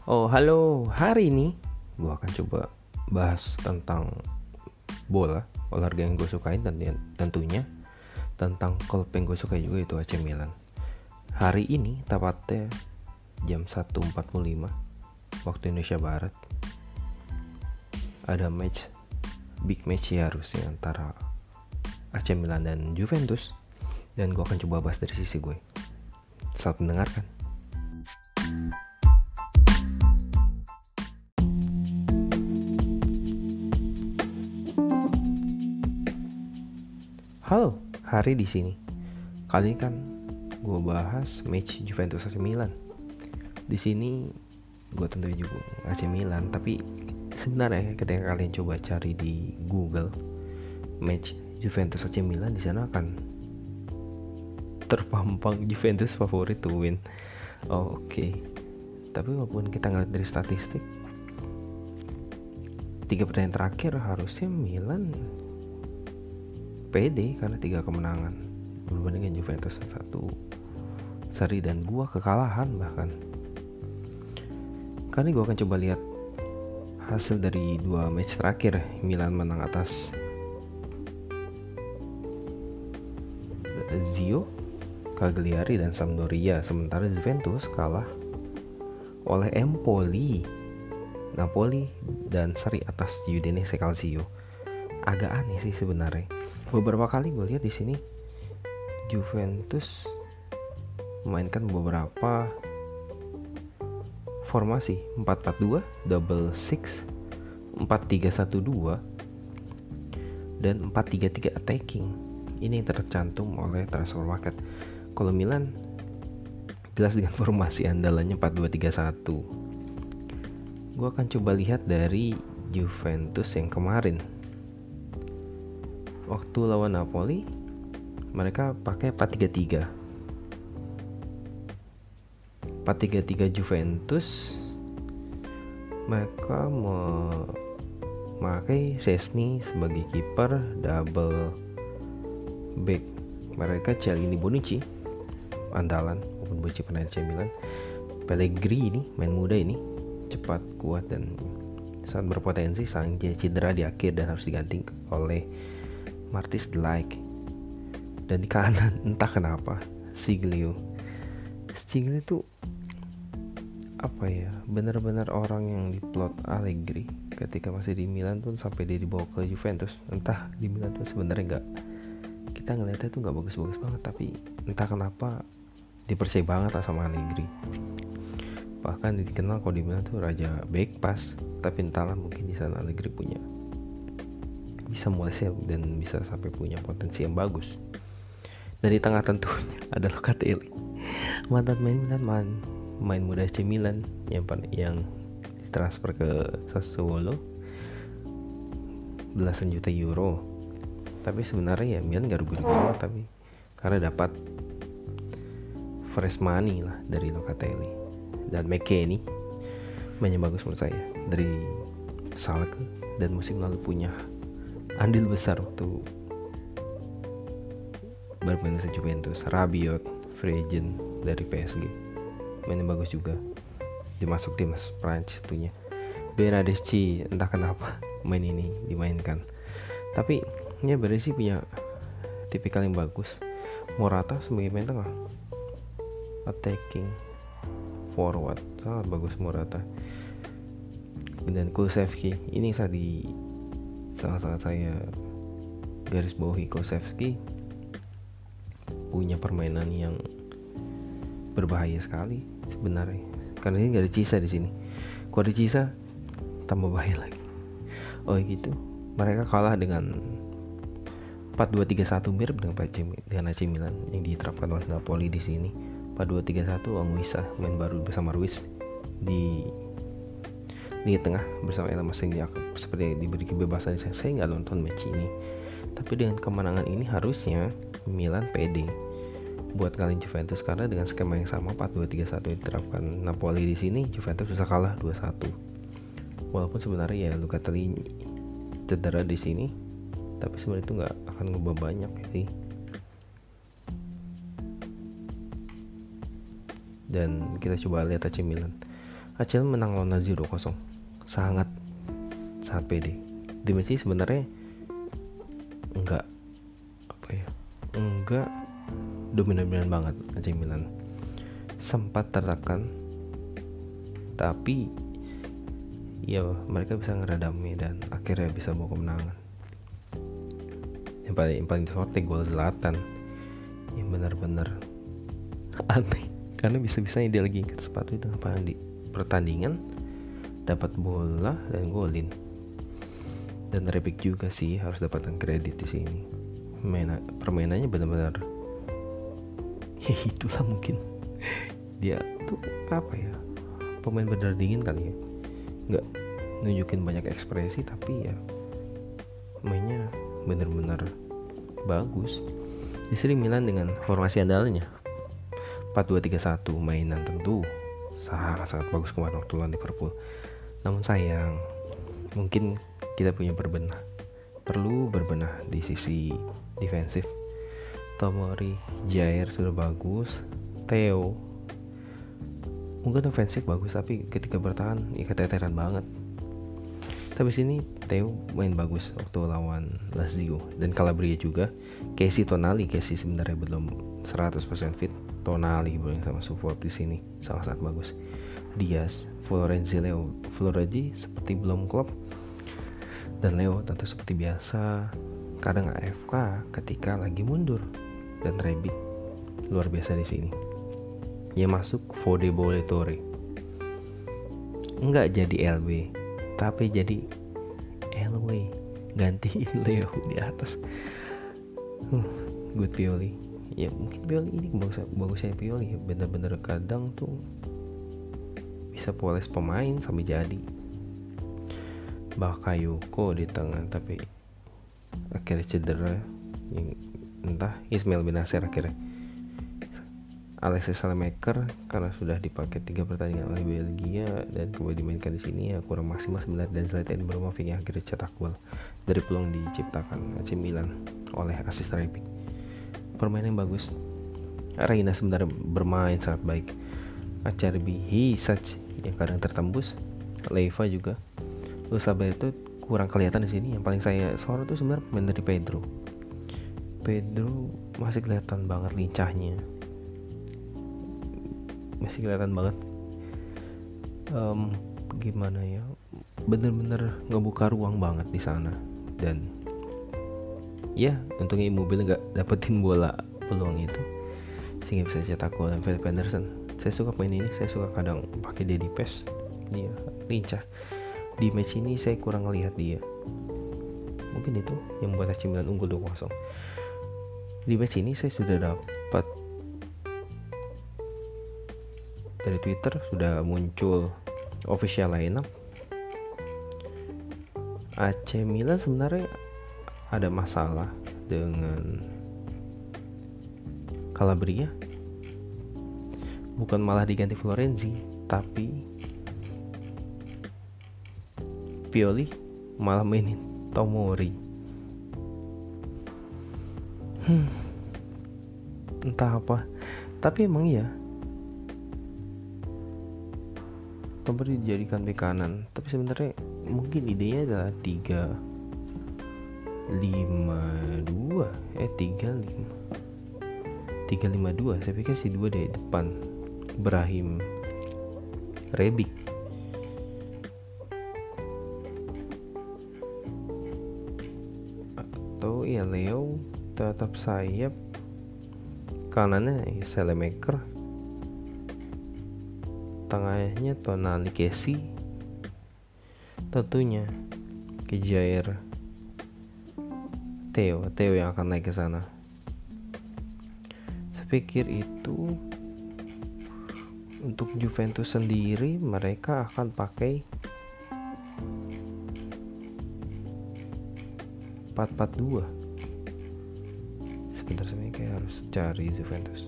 Oh, halo. Hari ini gue akan coba bahas tentang bola, olahraga yang gue sukain, dan tentunya tentang klub yang gue sukai juga, itu AC Milan. Hari ini tepatnya jam 1.45 waktu Indonesia Barat ada big match ya harusnya, antara AC Milan dan Juventus, dan gue akan coba bahas dari sisi gue. Selamat mendengarkan. Halo, Hari di sini. Kali ini kan gue bahas match Juventus AC Milan. Di sini gue tentunya juga AC Milan, tapi sebenarnya ketika kalian coba cari di Google match Juventus AC Milan, di sana akan terpampang Juventus favorit to win. Oke. Tapi walaupun kita ngeliat dari statistik, 3 pertandingan terakhir harusnya Milan pede karena 3 kemenangan berbandingkan Juventus 1 seri dan 2 kekalahan bahkan. Kali gue akan coba lihat hasil dari 2 match terakhir. Milan menang atas Lazio, Cagliari, dan Sampdoria, sementara Juventus kalah oleh Napoli dan seri atas Udinese Calcio. Agak aneh sih sebenarnya. Beberapa kali gue lihat di sini Juventus memainkan beberapa formasi 4-4-2, double six, 4-3-1-2, dan 4-3-3 attacking. Ini yang tercantum oleh transfer market. Kalau Milan jelas dengan formasi andalannya 4-2-3-1. Gue akan coba lihat dari Juventus yang kemarin. Waktu lawan Napoli mereka pakai 4-3-3. 4-3-3 Juventus, mereka memakai Szczęsny sebagai kiper, double back mereka Chiellini, Bonucci andalan maupun Bonucci pemain AC Milan. Pellegrini, main muda ini, cepat, kuat, dan sangat berpotensi sang cedera di akhir dan harus diganti oleh Martis de Ligt. Dan di kanan entah kenapa Siglio itu apa ya, benar-benar orang yang diplot Allegri ketika masih di Milan pun sampai dia dibawa ke Juventus. Entah di Milan tuh sebenarnya kita ngeliatnya tuh nggak bagus-bagus banget, tapi entah kenapa dipercaya banget sama Allegri. Bahkan dikenal kalau di Milan tuh raja back pass, tapi entahlah, mungkin di sana Allegri bisa mulai dan bisa sampai punya potensi yang bagus. Dan di tengah tentunya ada Locatelli, mantan main muda AC Milan yang ditransfer ke Sassuolo belasan juta euro. Tapi sebenarnya ya Milan gak rugi banget, tapi karena dapat fresh money lah dari Locatelli. Dan McKennie mainnya bagus menurut saya dari Schalke, dan musim lalu punya andil besar waktu bermain di Juventus. Rabiot, free agent dari PSG, mainnya bagus juga, dimasuk timnas Prancis tentunya. Bernardeschi entah kenapa main ini dimainkan, tapi ya Bernardeschi punya tipikal yang bagus. Morata sebagai main tengah, attacking forward, sangat bagus Morata. Dan Kulusevski ini sangat saya garis bawahi. Kulusevski punya permainan yang berbahaya sekali sebenarnya, karena ini gak ada Cisa di sini. Kalau ada Cisa tambah bahaya lagi. Oh gitu, mereka kalah dengan 4-2-3-1, mirip dengan AC Milan yang diterapkan oleh Napoli di sini. 4-2-3-1, Anguissa main baru bersama Ruiz di tengah bersama Elmas yang seperti diberi kebebasan. Saya nggak nonton match ini, tapi dengan kemenangan ini harusnya Milan pede buat kalian Juventus, karena dengan skema yang sama 4-2-3-1 yang diterapkan Napoli di sini, Juventus bisa kalah 2-1. Walaupun sebenarnya ya Locatelli cedera di sini, tapi sebenarnya itu nggak akan ngubah banyak sih. Dan kita coba lihat AC Milan. AC Milan menang lawan Lazio 2-0. Sangat pede. Di match ini sebenarnya enggak dominan banget AC Milan. Sempat tertekan, tapi ya mereka bisa ngeredamnya dan akhirnya bisa bawa kemenangan. Yang paling disorot gol Zlatan yang benar-benar aneh, karena bisa-bisanya dia lagi ikat sepatu itu di pertandingan dapat bola dan golin. Dan Rebic juga sih harus dapatkan kredit di sini. Permainannya benar-benar ya itulah, mungkin dia tuh pemain benar dingin kali ya, nggak nunjukin banyak ekspresi, tapi ya mainnya benar-benar bagus. Di sini Milan dengan formasi andalanya 4-2-3-1, mainan tentu sangat bagus kemarin waktu lawan Liverpool. Namun sayang, mungkin kita perlu berbenah di sisi defensif. Tomori, Jair sudah bagus, Theo mungkin ofensif bagus, tapi ketika bertahan ya keteteran banget. Tapi sini Theo main bagus waktu lawan Lazio dan Calabria juga. Casey sebenarnya belum 100% fit. Tonali bareng sama support di sini sangat bagus. Diaz, Florenzi, Leo. Florenzi seperti belum klop, dan Leo tentu seperti biasa kadang AFK ketika lagi mundur. Dan Rebic luar biasa di sini. Dia masuk Fode Boletore. Enggak jadi LB, tapi jadi LW, gantiin Leo di atas. Good Pioli. Ya mungkin Pioli ini bagusnya Pioli ya, bener-bener kadang tuh bisa poles pemain sampai jadi. Bakayoko di tengah, tapi akhirnya cedera. Yang entah Ismail Benacer akhirnya. Alexis Salemaker karena sudah dipakai 3 pertandingan oleh Belgia dan kemudian dimainkan di sini ya kurang maksimal sebenarnya, dan Zlatan Ibrahimovic yang akhirnya cetak gol dari peluang diciptakan AC Milan oleh asis Rebic. Permainan yang bagus. Reina sebenarnya bermain sangat baik. Acerbi, Hisac yang kadang tertembus. Leiva juga. Sabar itu kurang kelihatan di sini. Yang paling saya sorot itu sebenarnya pemain dari Pedro masih kelihatan banget lincahnya, masih kelihatan banget gimana ya, bener-bener ngebuka ruang banget di sana. Dan ya untungnya Immobile nggak dapetin bola peluang itu sehingga bisa cetak gol. Dan Philip Anderson, saya suka pemain ini, saya suka kadang pakai Daddy Pass, dia lincah. Di match ini saya kurang ngelihat dia, mungkin itu yang membuat AC Milan unggul 2-0. Di match ini saya sudah dapat dari Twitter, sudah muncul official lineup. AC Milan sebenarnya ada masalah dengan Calabria, bukan malah diganti Florenzi, tapi Pioli malah mainin Tomori. Entah apa, tapi emang iya Tomori dijadikan bek kanan, tapi sebenarnya mungkin idenya adalah 3-5-2 3-5-2. Saya pikir si 2 dari depan, Brahim, Rebic. Atau ya Leo tetap sayap, kanannya Salemaker, tengahnya Tonali, Casey, tentunya Jair, Theo yang akan naik ke sana. Saya pikir itu untuk Juventus sendiri mereka akan pakai 4-4-2. Sebentar, saya kayak harus cari Juventus.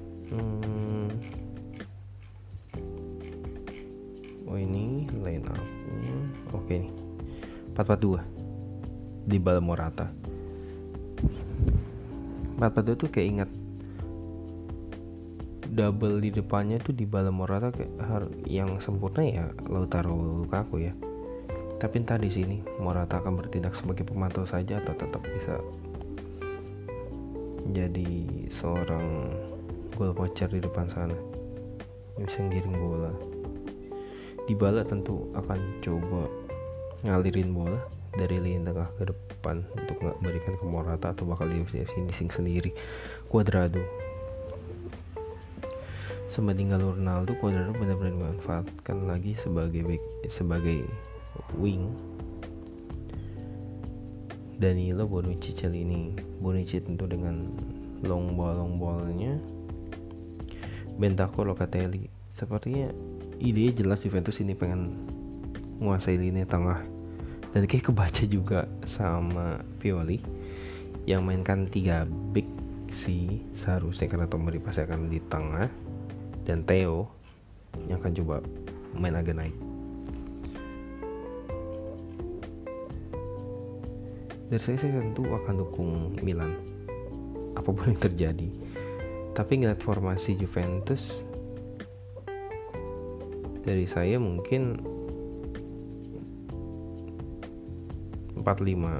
Oh ini line up-nya. Oke nih, 4-4-2 di Bala Morata. 4-4-2 tuh kayak ingat double di depannya tuh Dybala Morata yang sempurna ya Lautaro Lukaku ya. Tapi entah di sini Morata akan bertindak sebagai pemantau saja atau tetap bisa jadi seorang goal poacher di depan sana yang bisa ngiring bola. Dybala tentu akan coba ngalirin bola dari lini tengah ke depan untuk nggak berikan ke Morata atau bakal dia finishing sendiri. Cuadrado semeninggal Ronaldo, Cuadrado benar-benar dimanfaatkan lagi sebagai wing. Danilo, Bonucci, Chiellini. Bonucci tentu dengan long ball-nya. Bentancur, Locatelli. Sepertinya idenya jelas Juventus ini pengen menguasai lini tengah. Dan kayak kebaca juga sama Pioli yang mainkan 3 back sih seharusnya, karena Tomori pasti akan di tengah dan Theo yang akan coba main agak naik. Dari saya tentu akan dukung Milan apapun yang terjadi. Tapi ngeliat formasi Juventus, dari saya mungkin 4-5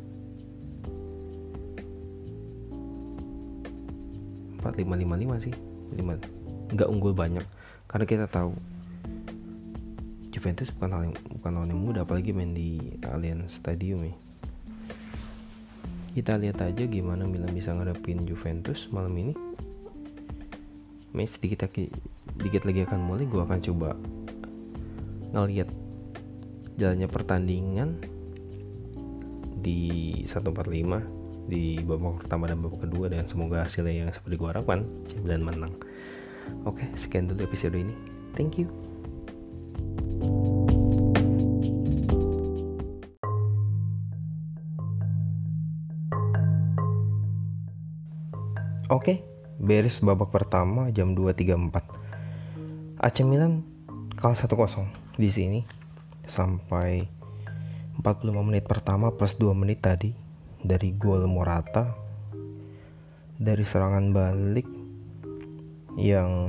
sih, 5 nggak unggul banyak, karena kita tahu Juventus bukan lawan yang mudah, apalagi main di Allianz Stadium ya. Kita lihat aja gimana Milan bisa ngadepin Juventus malam ini. Match dikit lagi akan mulai, gue akan coba ngeliat jalannya pertandingan di 145 di babak pertama dan babak kedua, dan semoga hasilnya yang seperti gue harapkan, Milan menang. Oke, sekian dulu episode ini. Thank you. Oke, beres babak pertama jam 2.34. AC Milan kalah 1-0 di sini sampai 45 menit pertama plus 2 menit tadi dari gol Morata, dari serangan balik yang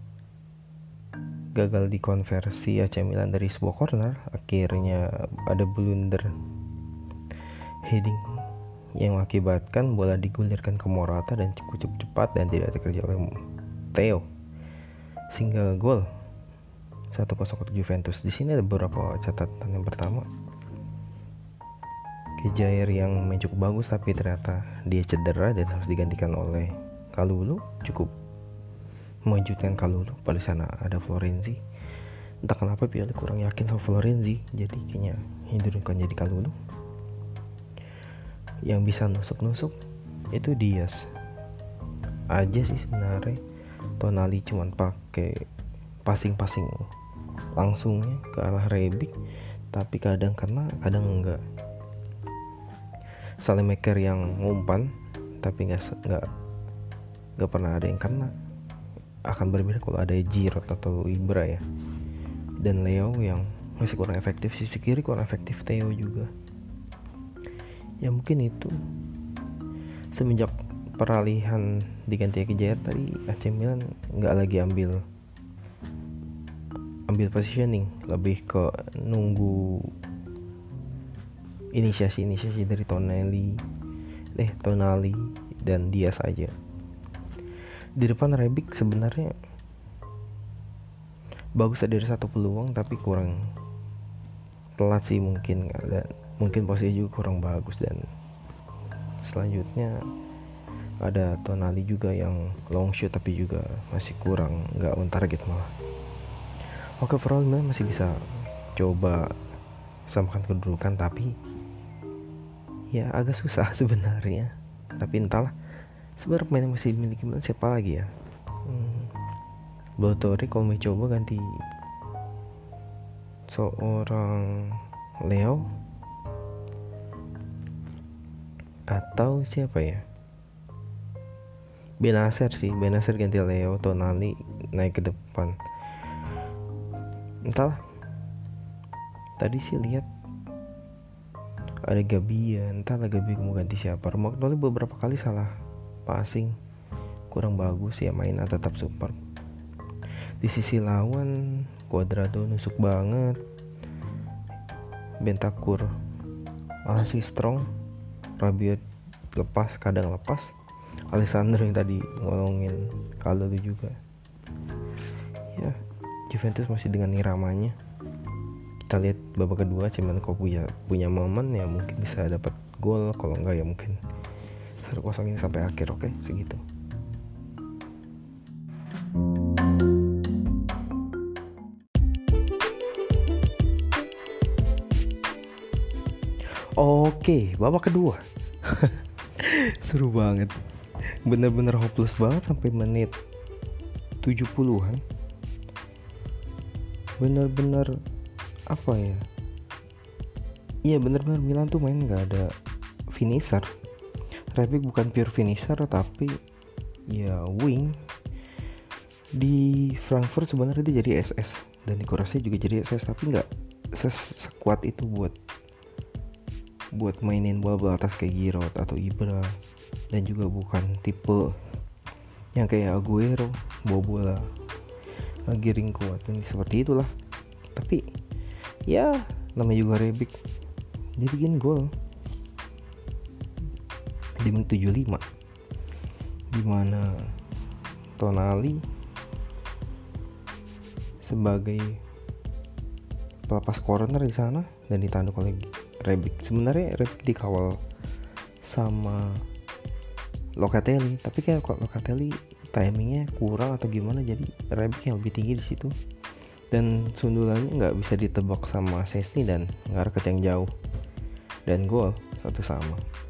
gagal dikonversi AC Milan dari sebuah corner. Akhirnya ada blunder heading yang mengakibatkan bola digulirkan ke Morata dan cukup cepat dan tidak terkerja oleh Theo sehingga gol 1-0 untuk Juventus. Di sini ada beberapa catatan. Yang pertama, Kejair yang main cukup bagus tapi ternyata dia cedera dan harus digantikan oleh Kalulu. Cukup mengejutkan Kalulu. Pada sana ada Florenzi. Entah kenapa Pioli kurang yakin sama Florenzi, jadi kayaknya hindurkan jadi Kalulu. Yang bisa nusuk-nusuk itu Diaz aja sih sebenarnya. Tonali cuman pakai passing langsungnya ke arah Rebic, tapi kadang kena kadang enggak. Salemaker yang ngumpan tapi nggak pernah ada yang kena. Akan berbeda kalau ada Giroud atau Ibra ya. Dan Leo yang masih kurang efektif, sisi kiri kurang efektif, Theo juga. Ya mungkin itu semenjak peralihan diganti Kejair tadi, AC Milan nggak lagi ambil positioning, lebih ke nunggu inisiasi dari Tonali dan Diaz aja. Di depan Rebic sebenarnya bagus, ada satu peluang tapi kurang telat sih mungkin, dan mungkin posisi juga kurang bagus. Dan selanjutnya ada Tonali juga yang long shoot tapi juga masih kurang, nggak on target malah. Oke, overall masih bisa coba samakan kedudukan, tapi ya agak susah sebenarnya. Tapi entahlah, sebenarnya pemain yang masih dimiliki Milan siapa lagi ya. Blotori kalau mau coba ganti seorang Leo atau siapa ya, Benacer ganti Leo, Tonali naik ke depan. Entahlah, tadi sih lihat ada Gabi mau ganti siapa. Romagnoli beberapa kali salah passing, kurang bagus ya, mainnya tetap support. Di sisi lawan Cuadrado nusuk banget, Bentancur masih strong, Rabiot kadang lepas, Alessandro yang tadi ngolongin Kalulu juga. Ya, Juventus masih dengan iramanya. Kita lihat babak kedua Cimenko punya momen ya, mungkin bisa dapat gol, kalau enggak ya mungkin 1-0 ini sampai akhir. Oke, segitu. Oke, babak kedua. Seru banget. Bener-bener hopeless banget sampai menit 70-an. Bener-bener apa ya? Iya, bener-bener Milan tuh main gak ada finisher. Rebic bukan pure finisher tapi ya wing. Di Frankfurt sebenarnya dia jadi SS dan di Kroasia juga jadi SS, tapi nggak sekuat itu buat mainin bola atas kayak Giroud atau Ibra, dan juga bukan tipe yang kayak Aguero bawa bola giring kuat dan seperti itulah. Tapi ya namanya juga Rebic, dia bikin gol di menit 75 dimana Tonali sebagai pelepas corner di sana dan ditanduk oleh Rebic. Sebenarnya Rebic dikawal sama Locatelli, tapi kayak kok Locatelli timingnya kurang atau gimana, jadi Rebic yang lebih tinggi di situ dan sundulannya nggak bisa ditebak sama Szczęsny dan ngareket yang jauh dan gol 1-1.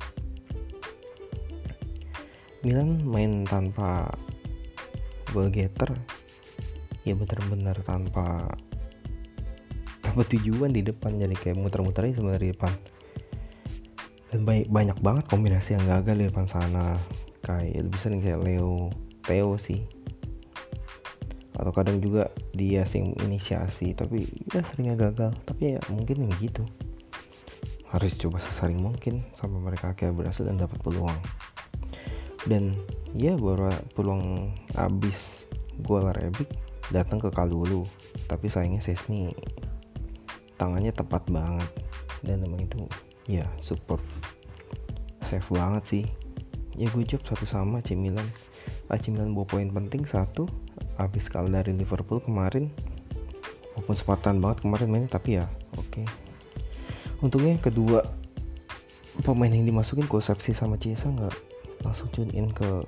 Milan main tanpa goal getter, ya benar-benar tanpa tujuan di depan, jadi kayak muter-muter aja sebenarnya di depan. Dan banyak banget kombinasi yang gagal di depan sana, kayak bisa nih kayak Theo sih, atau kadang juga dia sing inisiasi tapi ya seringnya gagal. Tapi ya mungkin yang gitu, harus coba sesering mungkin sampai mereka akhirnya berhasil dan dapat peluang. Dan ya baru peluang abis gol Rebic datang ke Kalulu, tapi sayangnya Szczęsny tangannya tepat banget dan emang itu ya super save banget sih. Ya gue job 1-1 AC Milan. AC Milan bawa poin penting 1 abis kalah dari Liverpool kemarin, walaupun Spartan banget kemarin mainnya, tapi ya oke. Untungnya kedua pemain yang dimasukin Kulusevski sama Chiesa nggak langsung tune in ke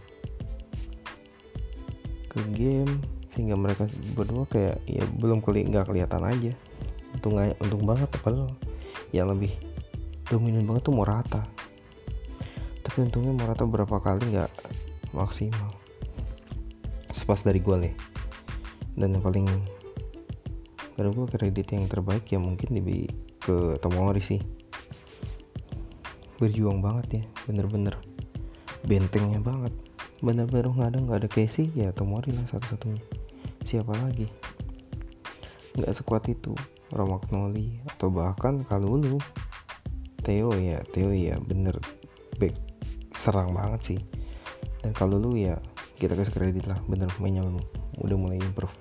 game, sehingga mereka berdua kayak ya belum nggak kelihatan aja. Untung banget, padahal yang lebih dominan banget tuh Morata, tapi untungnya Morata berapa kali nggak maksimal sepas dari gol ya. Dan yang paling karena gue kredit yang terbaik ya mungkin ke Tomori sih, berjuang banget ya, bener-bener bentengnya banget, bener-bener nggak ada Casey ya Tomori lah satu-satunya. Siapa lagi, nggak sekuat itu Romagnoli atau bahkan Kalulu. Theo ya bener back serang banget sih, dan Kalulu ya kita kasih kredit lah, bener mainnya udah mulai improve.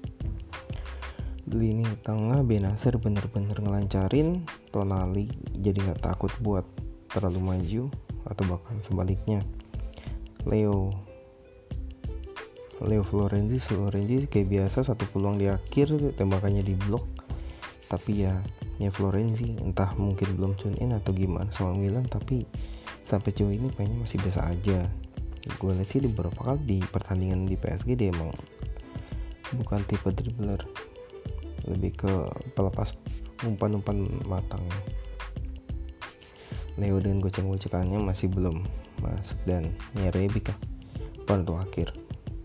Lini tengah Benasir bener-bener ngelancarin, Tonali jadi nggak takut buat terlalu maju atau bahkan sebaliknya. Leo Florenzi kayak biasa satu peluang di akhir tembakannya di blok, tapi ya Florenzi entah mungkin belum tune in atau gimana sama Milan, tapi sampai jauh ini mainnya masih biasa aja. Gue lihat sih di beberapa kali di pertandingan di PSG dia emang bukan tipe dribbler, lebih ke pelepas umpan matang. Leo dengan goceng-gocekannya masih belum masuk, dan ya Rebic lah untuk akhir.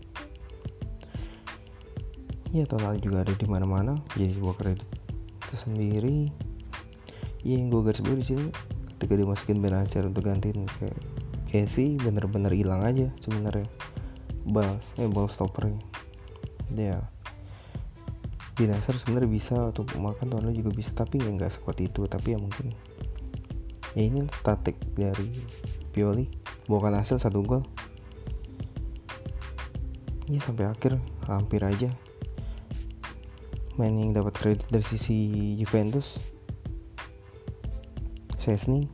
Ya Tonali juga ada di mana-mana, jadi gua kredit tersendiri. Ya yang gua garis bawahi di sini ketika dimasukin Benasir untuk gantiin ke Casey, bener-bener hilang aja sebenarnya ball stoppernya. Ya Benasir sebenarnya bisa untuk makan, Tonali juga bisa, tapi nggak sekuat itu. Tapi ya mungkin ya ini taktik dari Pioli, bukan hasil 1 gol. Ya sampai akhir hampir aja main yang dapat kredit dari sisi Juventus, Szczęsny,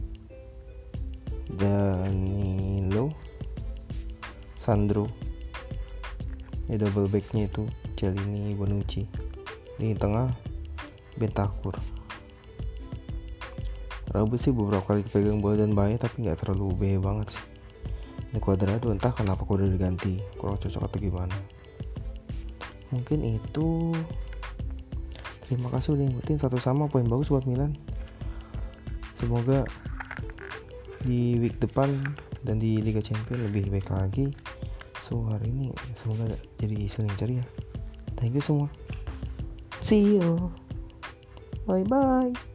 Danilo, Sandro. Ya double backnya itu Chiellini, Bonucci. Di tengah Bentancur. Rabu sih beberapa kali dipegang bola dan bahaya, tapi nggak terlalu bahaya banget sih. Ini Cuadrado entah kenapa udah diganti, kurang cocok atau gimana. Mungkin itu. Terima kasih udah ngikutin. 1-1 poin bagus buat Milan. Semoga di week depan dan di Liga Champions lebih baik lagi. So hari ini semoga jadi Senin ceria. Thank you semua. See you. Bye bye.